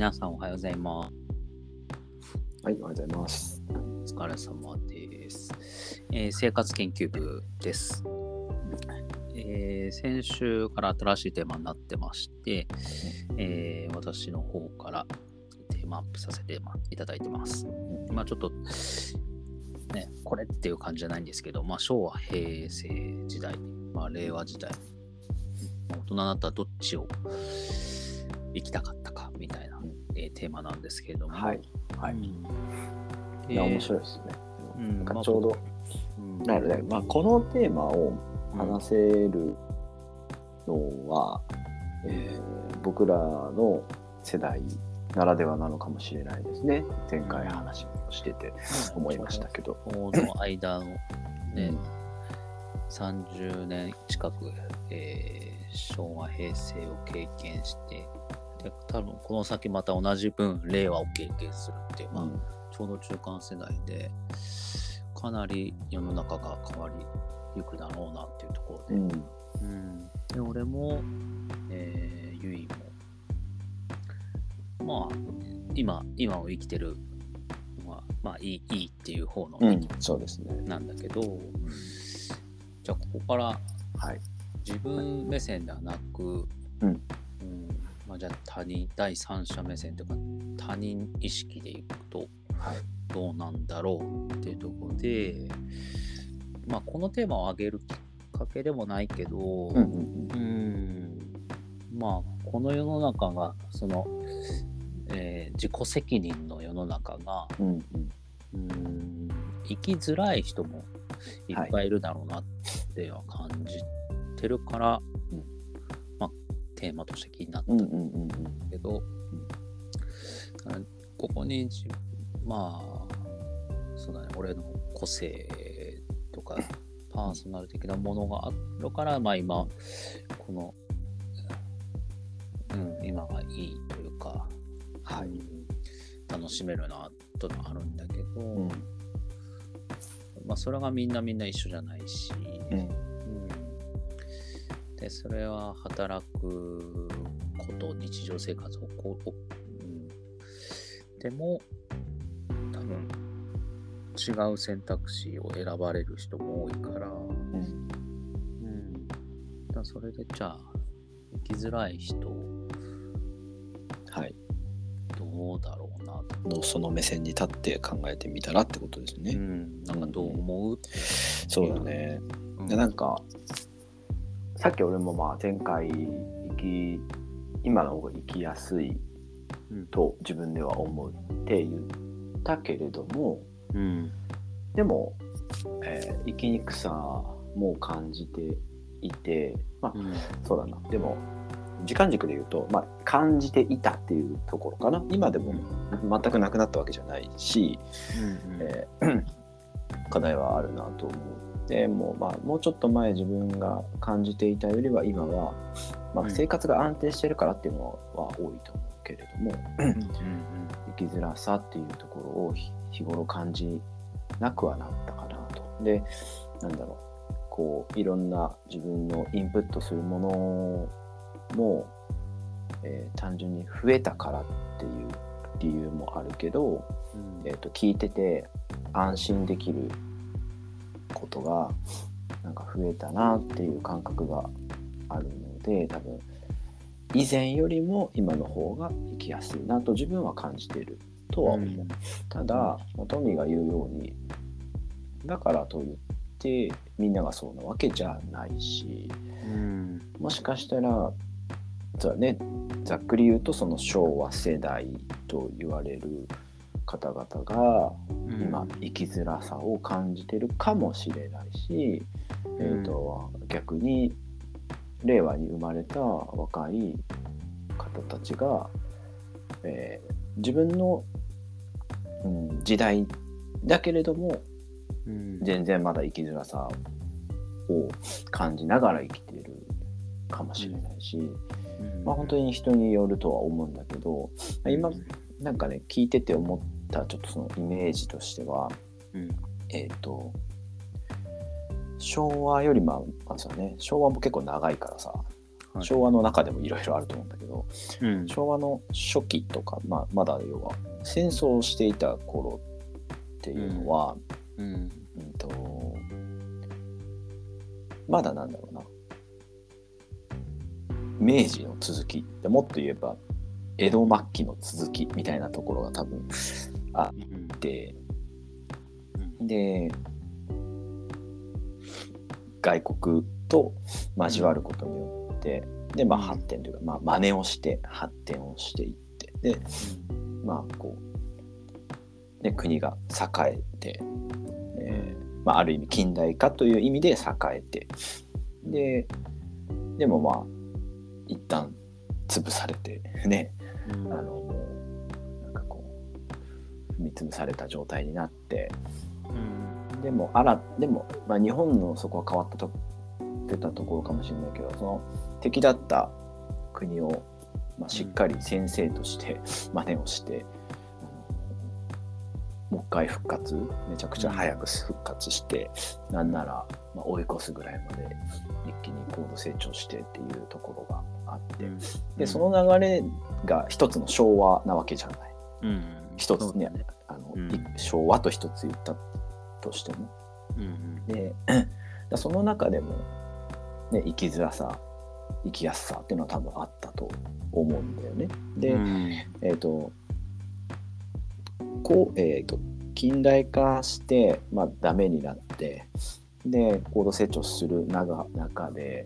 皆さんおはようございます。 はい、おはようございます。 お疲れ様です。生活研究部です。先週から新しいテーマになってまして、私の方からテーマアップさせていただいてます。まあちょっとね、これっていう感じじゃないんですけど、まあ昭和、平成時代、まあ令和時代、大人になったらどっちを生きたかったかみたいな、テーマなんですけれども、 はい、はい。いや、面白いですね。なんかちょうど、なので、このテーマを話せるのは、僕らの世代ならではなのかもしれないですね。前回話をしてて思いましたけど。 この間のね、30年近く、昭和、平成を経験して、で多分この先また同じ分令和を経験するっていう、ちょうど中間世代でかなり世の中が変わりゆくだろうなっていうところで、で俺も、ゆいもまあ今を生きてるのはまあいいっていう方のそうですね。 なんだけど、じゃあここから、自分目線ではなく、じゃあ他人第三者目線というか他人意識でいくとどうなんだろうっていうところで、このテーマを挙げるきっかけでもないけど、この世の中がその、自己責任の世の中が、生きづらい人もいっぱいいるだろうなっては感じてるから、テーマとして気になったんだけど、ここにそうだね、俺の個性とかパーソナル的なものがあるから、今この、今がいいというか、楽しめるなとのあるんだけど、それがみんな一緒じゃないし、でそれは働くこと日常生活をでも多分違う選択肢を選ばれる人も多いから、だそれでじゃあ生きづらい人、どうだろうなとその目線に立って考えてみたらってことですね。 なんかどう思う？ そうだね。でなんかさっき俺も前回今の方が生きやすいと自分では思うって言ったけれども、でも、生きにくさも感じていて、そうだな。でも時間軸で言うと、感じていたっていうところかな。今でも全くなくなったわけじゃないし、課題はあるなと思う。でももうちょっと前自分が感じていたよりは今は、生活が安定してるからっていうのは多いと思うけれども、生きづらさっていうところを日頃感じなくはなったかなと。で、いろんな自分のインプットするものも、単純に増えたからっていう理由もあるけど、聞いてて安心できることが増えたなっていう感覚があるので、多分以前よりも今の方が生きやすいなと自分は感じているとは思う。ただトミーが言うように、だからといってみんながそうなわけじゃないし、もしかしたらそうだね、ざっくり言うとその昭和世代と言われる方々が今生きづらさを感じてるかもしれないし、逆に令和に生まれた若い方たちが、自分の、時代だけれども、全然まだ生きづらさを感じながら生きているかもしれないし、本当に人によるとは思うんだけど、今聞いてて思ったちょっとそのイメージとしては、昭和よりそうね、昭和も結構長いからさ、 はい、 昭和の中でもいろいろあると思うんだけど、 うん、 昭和の初期とか、まだ要は戦争をしていた頃っていうのは、まだなんだろうな、明治の続きで、もっと言えば江戸末期の続きみたいなところが多分あって、で外国と交わることによって、で発展というか、真似をして発展をしていって、でこうで国が栄えて、ある意味近代化という意味で栄えて、でも一旦潰されてね、なんかこう踏み潰された状態になって、でも日本のそこは変わってたところかもしれないけど、その敵だった国を、しっかり先生として真似をして、もう一回復活、めちゃくちゃ早く復活して、なんなら、追い越すぐらいまで一気に高度成長してっていうところがあって、でその流れが一つの昭和なわけじゃない、一つね、昭和と一つ言ったとしても、でその中でも、ね、生きづらさ生きやすさっていうのは多分あったと思うんだよね。で、近代化して、ダメになって、で高度成長する中で、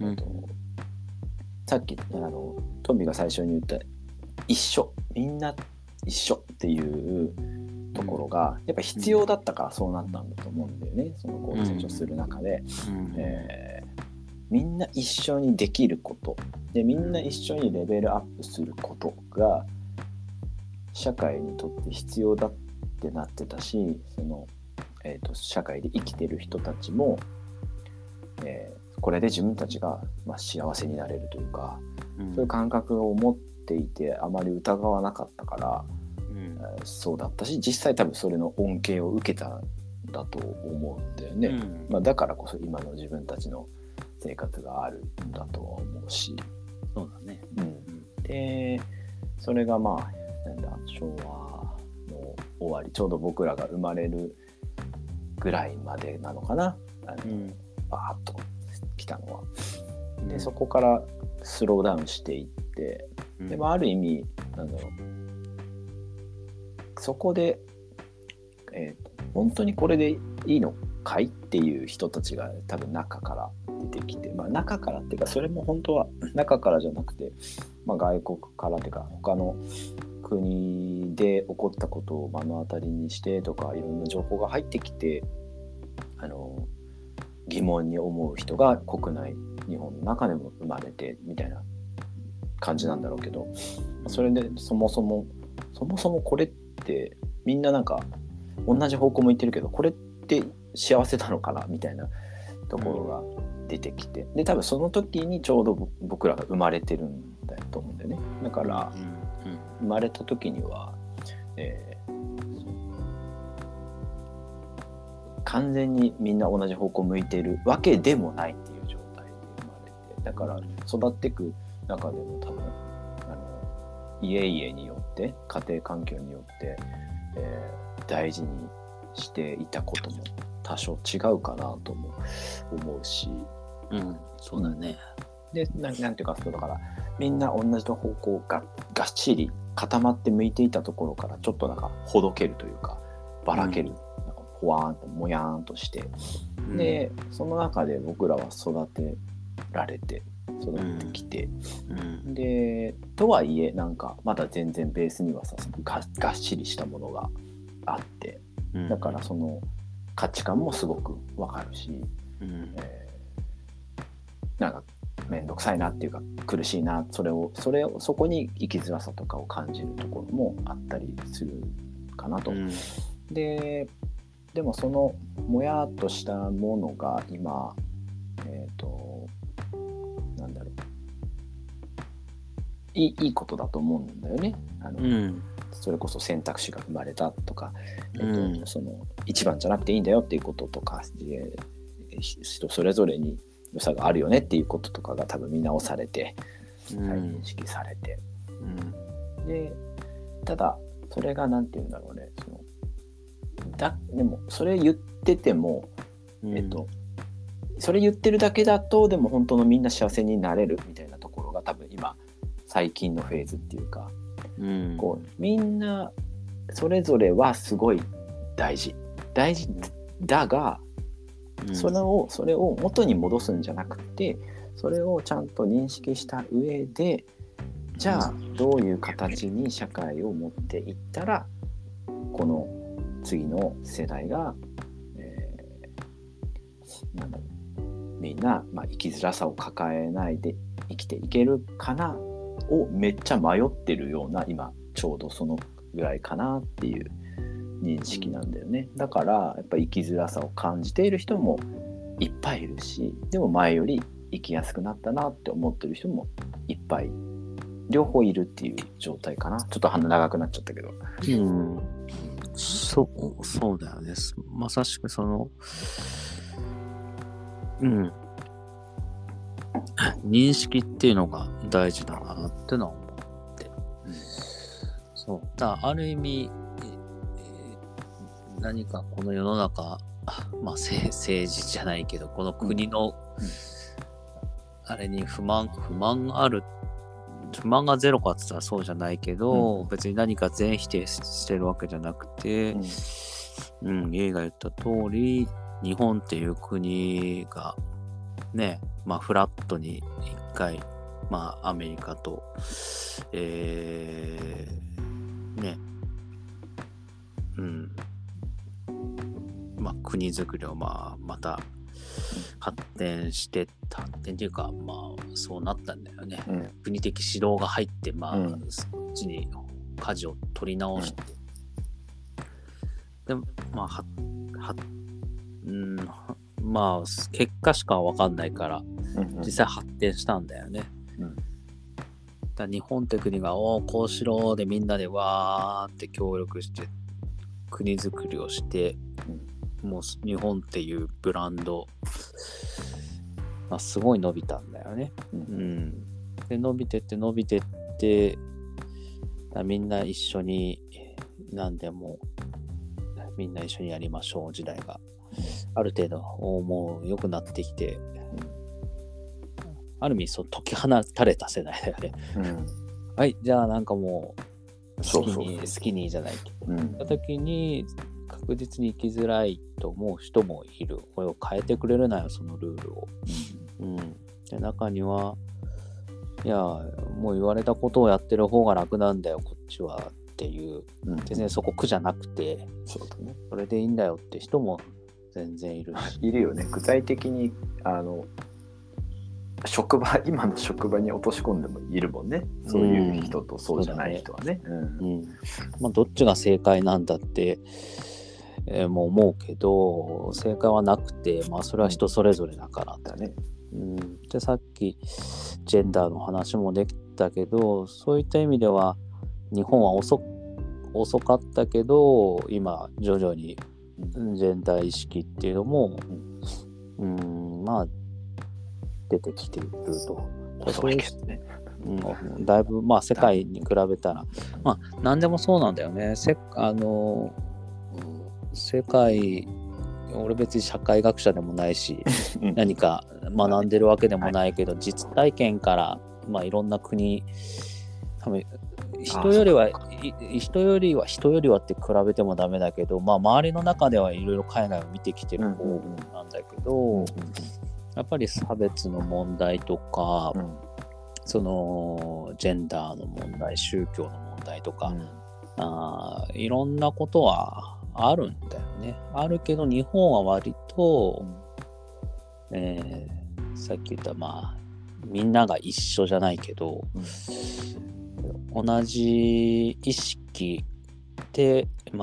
さっきトミーが最初に言ったみんな一緒っていうところがやっぱ必要だったからそうなったんだと思うんだよね。その高度成長する中で、みんな一緒にできることで、みんな一緒にレベルアップすることが社会にとって必要だってなってたし、社会で生きてる人たちも、これで自分たちが、幸せになれるというか、そういう感覚を持っていてあまり疑わなかったから、そうだったし、実際多分それの恩恵を受けたんだと思うんだよね。だからこそ今の自分たちの生活があるんだとは思うし、 そうだね。 でそれが昭和の終わり、ちょうど僕らが生まれるぐらいまでなのかな、バーッと来たのは。でそこからスローダウンしていって、でもある意味そこで、本当にこれでいいのかいっていう人たちが多分中から出てきて、中からっていうか、それも本当は中からじゃなくて、外国からっていうか他の国で起こったことを目の当たりにしてとか、いろんな情報が入ってきて疑問に思う人が国内日本の中でも生まれてみたいな感じなんだろうけど、それでそもそもこれってみんな同じ方向向いてるけど、これって幸せなのかなみたいなところが出てきて、で多分その時にちょうど僕らが生まれてるんだと思うんだよね。だから、生まれた時には、完全にみんな同じ方向向いてるわけでもないっていう状態で生まれて、だから育っていく中でも多分家々によって家庭環境によって、大事にしていたことも多少違うかなとも思うし、 そうだね。 でなんていうか、だからみんな同じ方向がっしり固まって向いていたところからちょっとほどけるというか、ばらける、ポワーンともやーんとして、でその中で僕らは育てられて育ってきて、でとはいえまだ全然ベースにはがっしりしたものがあって、だからその価値観もすごくわかるし、めんどくさいなっていうか苦しいな、そこに生きづらさとかを感じるところもあったりするかなと。でもそのもやっとしたものが今いいことだと思うんだよね。それこそ選択肢が生まれたとか、その一番じゃなくていいんだよっていうこととか、人それぞれに良さがあるよねっていうこととかが多分見直されて再うん認識されて、 うんでただそれがなんて言うんだろうね、でもそれ言ってても、それ言ってるだけだとでも本当のみんな幸せになれるみたいなところが多分今最近のフェーズっていうか、 うんこうみんなそれぞれはすごい大事だが、それを元に戻すんじゃなくて、それをちゃんと認識した上で、じゃあどういう形に社会を持っていったらこの次の世代が、なんだろう、みんな、生きづらさを抱えないで生きていけるかなをめっちゃ迷ってるような今ちょうどそのぐらいかなっていう認識なんだよね。だからやっぱ生きづらさを感じている人もいっぱいいるし、でも前より生きやすくなったなって思ってる人もいっぱい、両方いるっていう状態かな。ちょっと鼻長くなっちゃったけど。 そうだよね。まさしく認識っていうのが大事だなってのは思って、そうだ、ある意味、何かこの世の中、政治じゃないけどこの国の、あれに不満がゼロかって言ったらそうじゃないけど、別に何か全否定してるわけじゃなくて、映画言った通り日本っていう国がね、フラットに一回、アメリカと、国づくりをまた発展っていうか、そうなったんだよね。国的指導が入って、そっちに舵を取り直して、でも結果しか分かんないから、実際発展したんだよね。だ日本って国がこうしろでみんなでわーって協力して国づくりをして、もう日本っていうブランド、すごい伸びたんだよね。で伸びてってみんな一緒に何でもみんな一緒にやりましょう時代がある程度もう良くなってきて、ある意味解き放たれた世代だよね。はい、じゃあなんかもう好きにじゃないけど、た時に確実に生きづらいと思う人もいる。これを変えてくれるなよ、そのルールを。で中にはいやもう言われたことをやってる方が楽なんだよこっちはっていう、全然そこ苦じゃなくて、それでいいんだよって人も全然いるし。 いるよね。具体的に今の職場に落とし込んでもいるもんね。そういう人とそうじゃない人はね。 どっちが正解なんだって、もう思うけど、正解はなくて、それは人それぞれだからだね。でさっきジェンダーの話もできたけど、そういった意味では日本は遅かったけど今徐々にジェンダー意識っていうのも、出てきていると。 遅いけどね。 だいぶ世界に比べたら何でもそうなんだよね。世界、俺別に社会学者でもないし何か学んでるわけでもないけど、実体験からいろんな国、多分人よりはって比べてもダメだけど、周りの中ではいろいろ海外を見てきてる方なんだけど、やっぱり差別の問題とか、そのジェンダーの問題、宗教の問題とか、いろんなことはあるんだよね。あるけど日本は割と、さっき言ったみんなが一緒じゃないけど、同じ意識で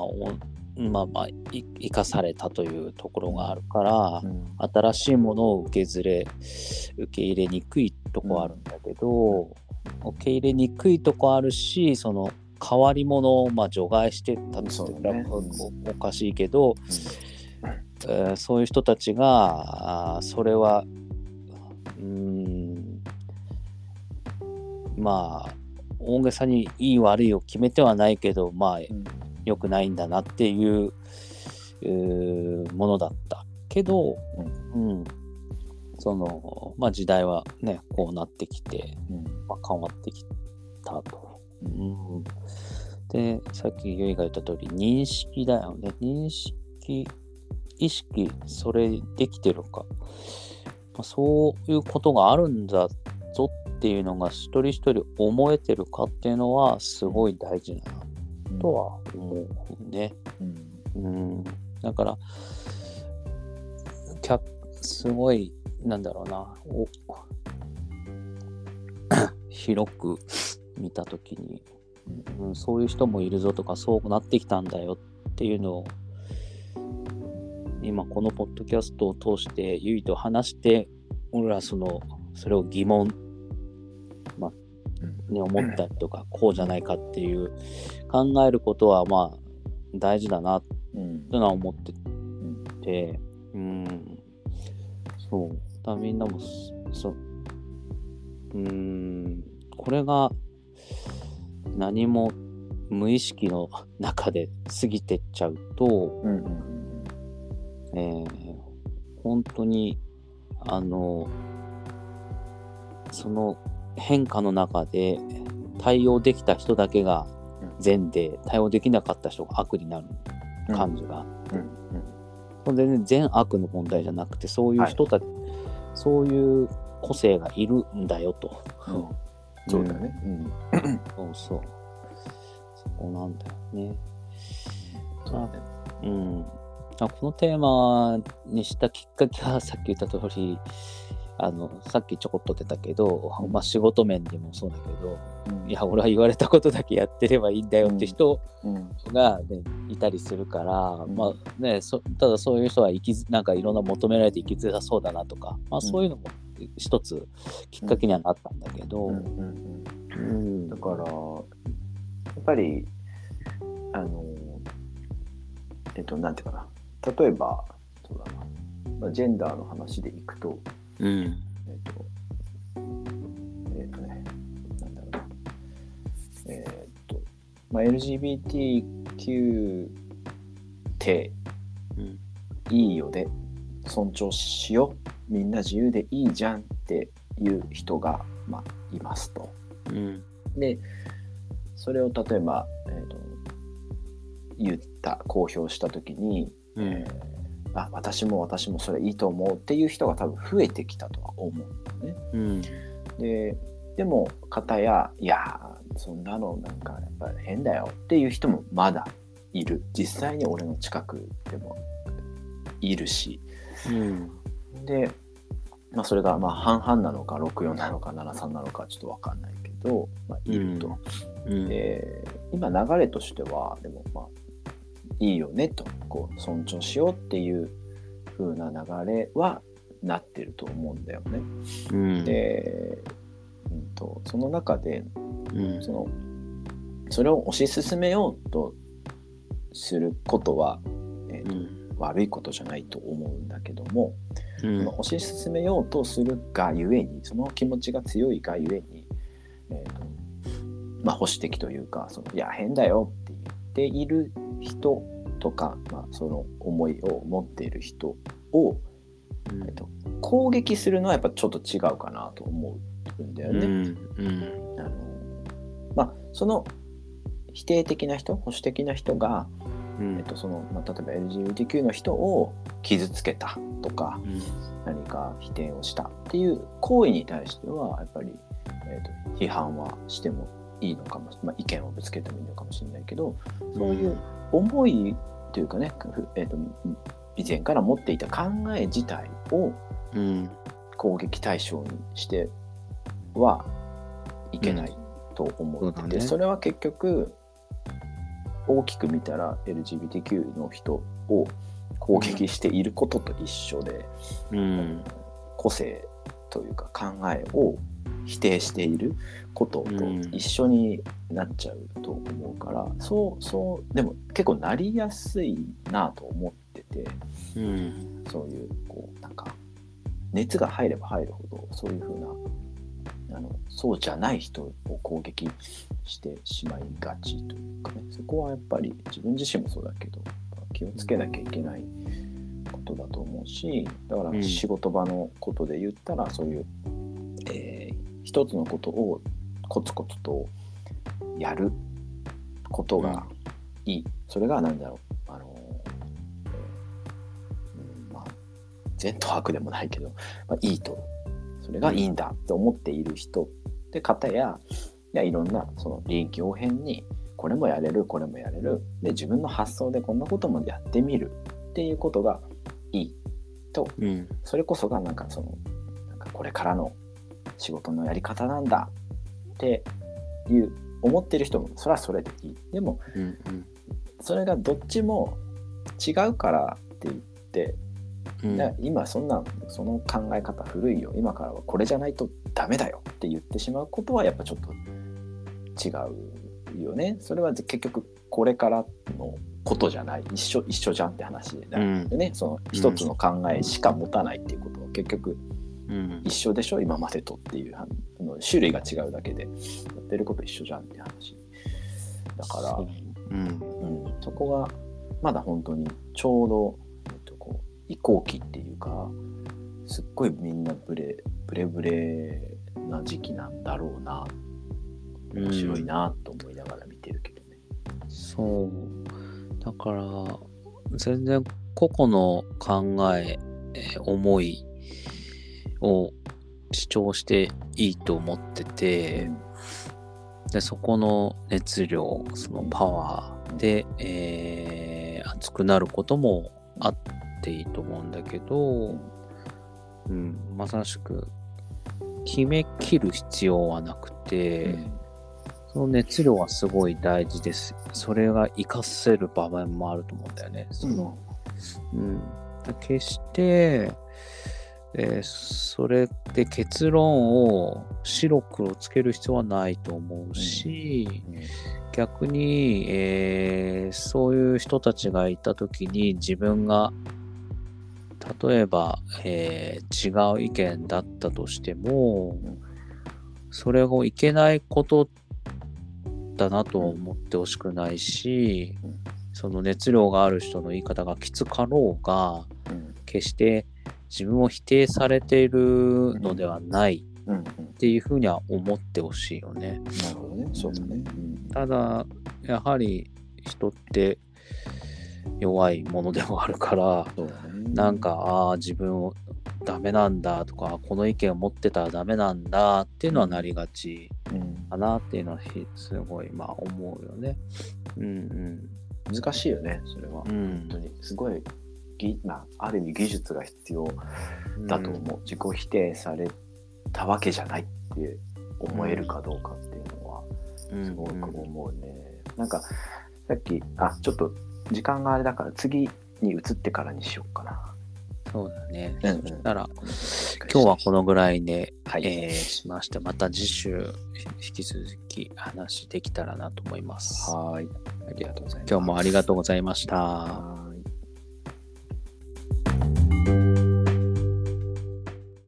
生かされたというところがあるから、新しいものを受け入れにくいとこあるんだけど、受け入れにくいとこあるし、その変わり者を除外してたって言ったらおかしいけど、そういう人たちがそれはまあ大げさにいい悪いを決めてはないけど、まあ良くないんだなっていうものだったけど、そのまあ時代はねこうなってきて、まあ、変わってきたと。でさっきゆいが言った通り認識だよね。認識意識それできてるか、まあ、そういうことがあるんだぞっていうのが一人一人思えてるかっていうのはすごい大事だなとは思うね。だからすごいなんだろうな広く見たときに、そういう人もいるぞとかそうなってきたんだよっていうのを今このポッドキャストを通してゆいと話して俺らそれを疑問、思ったりとかこうじゃないかっていう考えることはまあ大事だなってのは思ってて、そうだみんなもこれが何も無意識の中で過ぎてっちゃうと、本当にその変化の中で対応できた人だけが善で対応できなかった人が悪になる感じがあって、全然善悪の問題じゃなくてそういう人たち、そういう個性がいるんだよと、 そうだね、 そこなんだよね。このテーマにしたきっかけはさっき言った通りさっきちょこっと出たけど、仕事面でもそうだけど、いや俺は言われたことだけやってればいいんだよって人が、いたりするから、ただそういう人はなんかいろんな求められて生きづらそうだなとか、そういうのも一つきっかけにはなったんだけど、 だからやっぱりなんていうかな、例えばそうだな、ジェンダーの話でいくと、LGBTQ っていいよで尊重しよう、みんな自由でいいじゃんっていう人が、いますと。でそれを例えば、公表した時に、私もそれいいと思うっていう人が多分増えてきたとは思うんだよね。でも片やいやそんなのなんかやっぱり変だよっていう人もまだいる。実際に俺の近くでもいるし、で、それが半々なのか64なのか73なのかちょっと分かんないけど、いると。今流れとしてはでもいいよねとこう尊重しようっていう風な流れはなってると思うんだよね。で、その中で、それを推し進めようとすることは、悪いことじゃないと思うんだけども、推し進めようとするがゆえにその気持ちが強いがゆえに、保守的というかいや変だよって言っている人とか、その思いを持っている人を、攻撃するのはやっぱちょっと違うかなと思うんだよね。その否定的な人、保守的な人が、例えば LGBTQ の人を傷つけたとか、何か否定をしたっていう行為に対してはやっぱり、批判はしてもいいのかも、意見をぶつけてもいいのかもしれないけど、そういう思いというかね、以前から持っていた考え自体を攻撃対象にしてはいけないと思ってて、それは結局大きく見たら LGBTQ の人を攻撃していることと一緒で、個性というか考えを否定していることと一緒になっちゃうと思うから、そうでも結構なりやすいなと思ってて、そういうなんか熱が入れば入るほどそういうふうなそうじゃない人を攻撃してしまいがちというかね、そこはやっぱり自分自身もそうだけど気をつけなきゃいけないことだと思うし、だから仕事場のことで言ったらそういう、一つのことをコツコツとやることがいい、それが何だろう、まあ善と悪でもないけど、いいと、それがいいんだって思っている人って方や、いろんなその臨機応変にこれもやれるこれもやれるで自分の発想でこんなこともやってみるっていうことがいいと、それこそがなんかこれからの仕事のやり方なんだっていう思ってる人もそれはそれでいい。でも、それがどっちも違うからって言って、今その考え方古いよ、今からはこれじゃないとダメだよって言ってしまうことはやっぱちょっと違うよね。それは結局これからのことじゃない、一緒じゃんって話でね、その一つの考えしか持たないっていうことは結局一緒でしょ、今までとっていう種類が違うだけでやってること一緒じゃんって話だから、そこがまだ本当にちょうど、移行期っていうかすっごいみんなブレな時期なんだろうな、面白いなと思いながら見てるけどね。 そうだから全然個々の考え、思いを主張していいと思ってて、でそこの熱量、そのパワーで、熱くなることもあっていいと思うんだけど、まさしく決めきる必要はなくて、その熱量はすごい大事です。それが活かせる場面もあると思うんだよね。決して、それで結論を白黒つける必要はないと思うし、逆に、そういう人たちがいた時に自分が例えば、違う意見だったとしても、それをいけないことだなと思ってほしくないし、その熱量がある人の言い方がきつかろうが、決して自分を否定されているのではないっていうふうには思ってほしいよね。 なるほどね、そうだね。 ただやはり人って弱いものでもあるから、なんか自分をダメなんだとか、この意見を持ってたらダメなんだっていうのはなりがちかなっていうのはすごい思うよね。 難しいよね、それは。本当にすごいある意味技術が必要だと思う。自己否定されたわけじゃないって思えるかどうかっていうのはすごく思うね。なんかさっきちょっと時間があれだから次に移ってからにしようかな。 そうだね。そしたら今日はこのぐらいで、しまして、また次週引き続き話できたらなと思います。 はい、ありがとうございます。 今日もありがとうございました。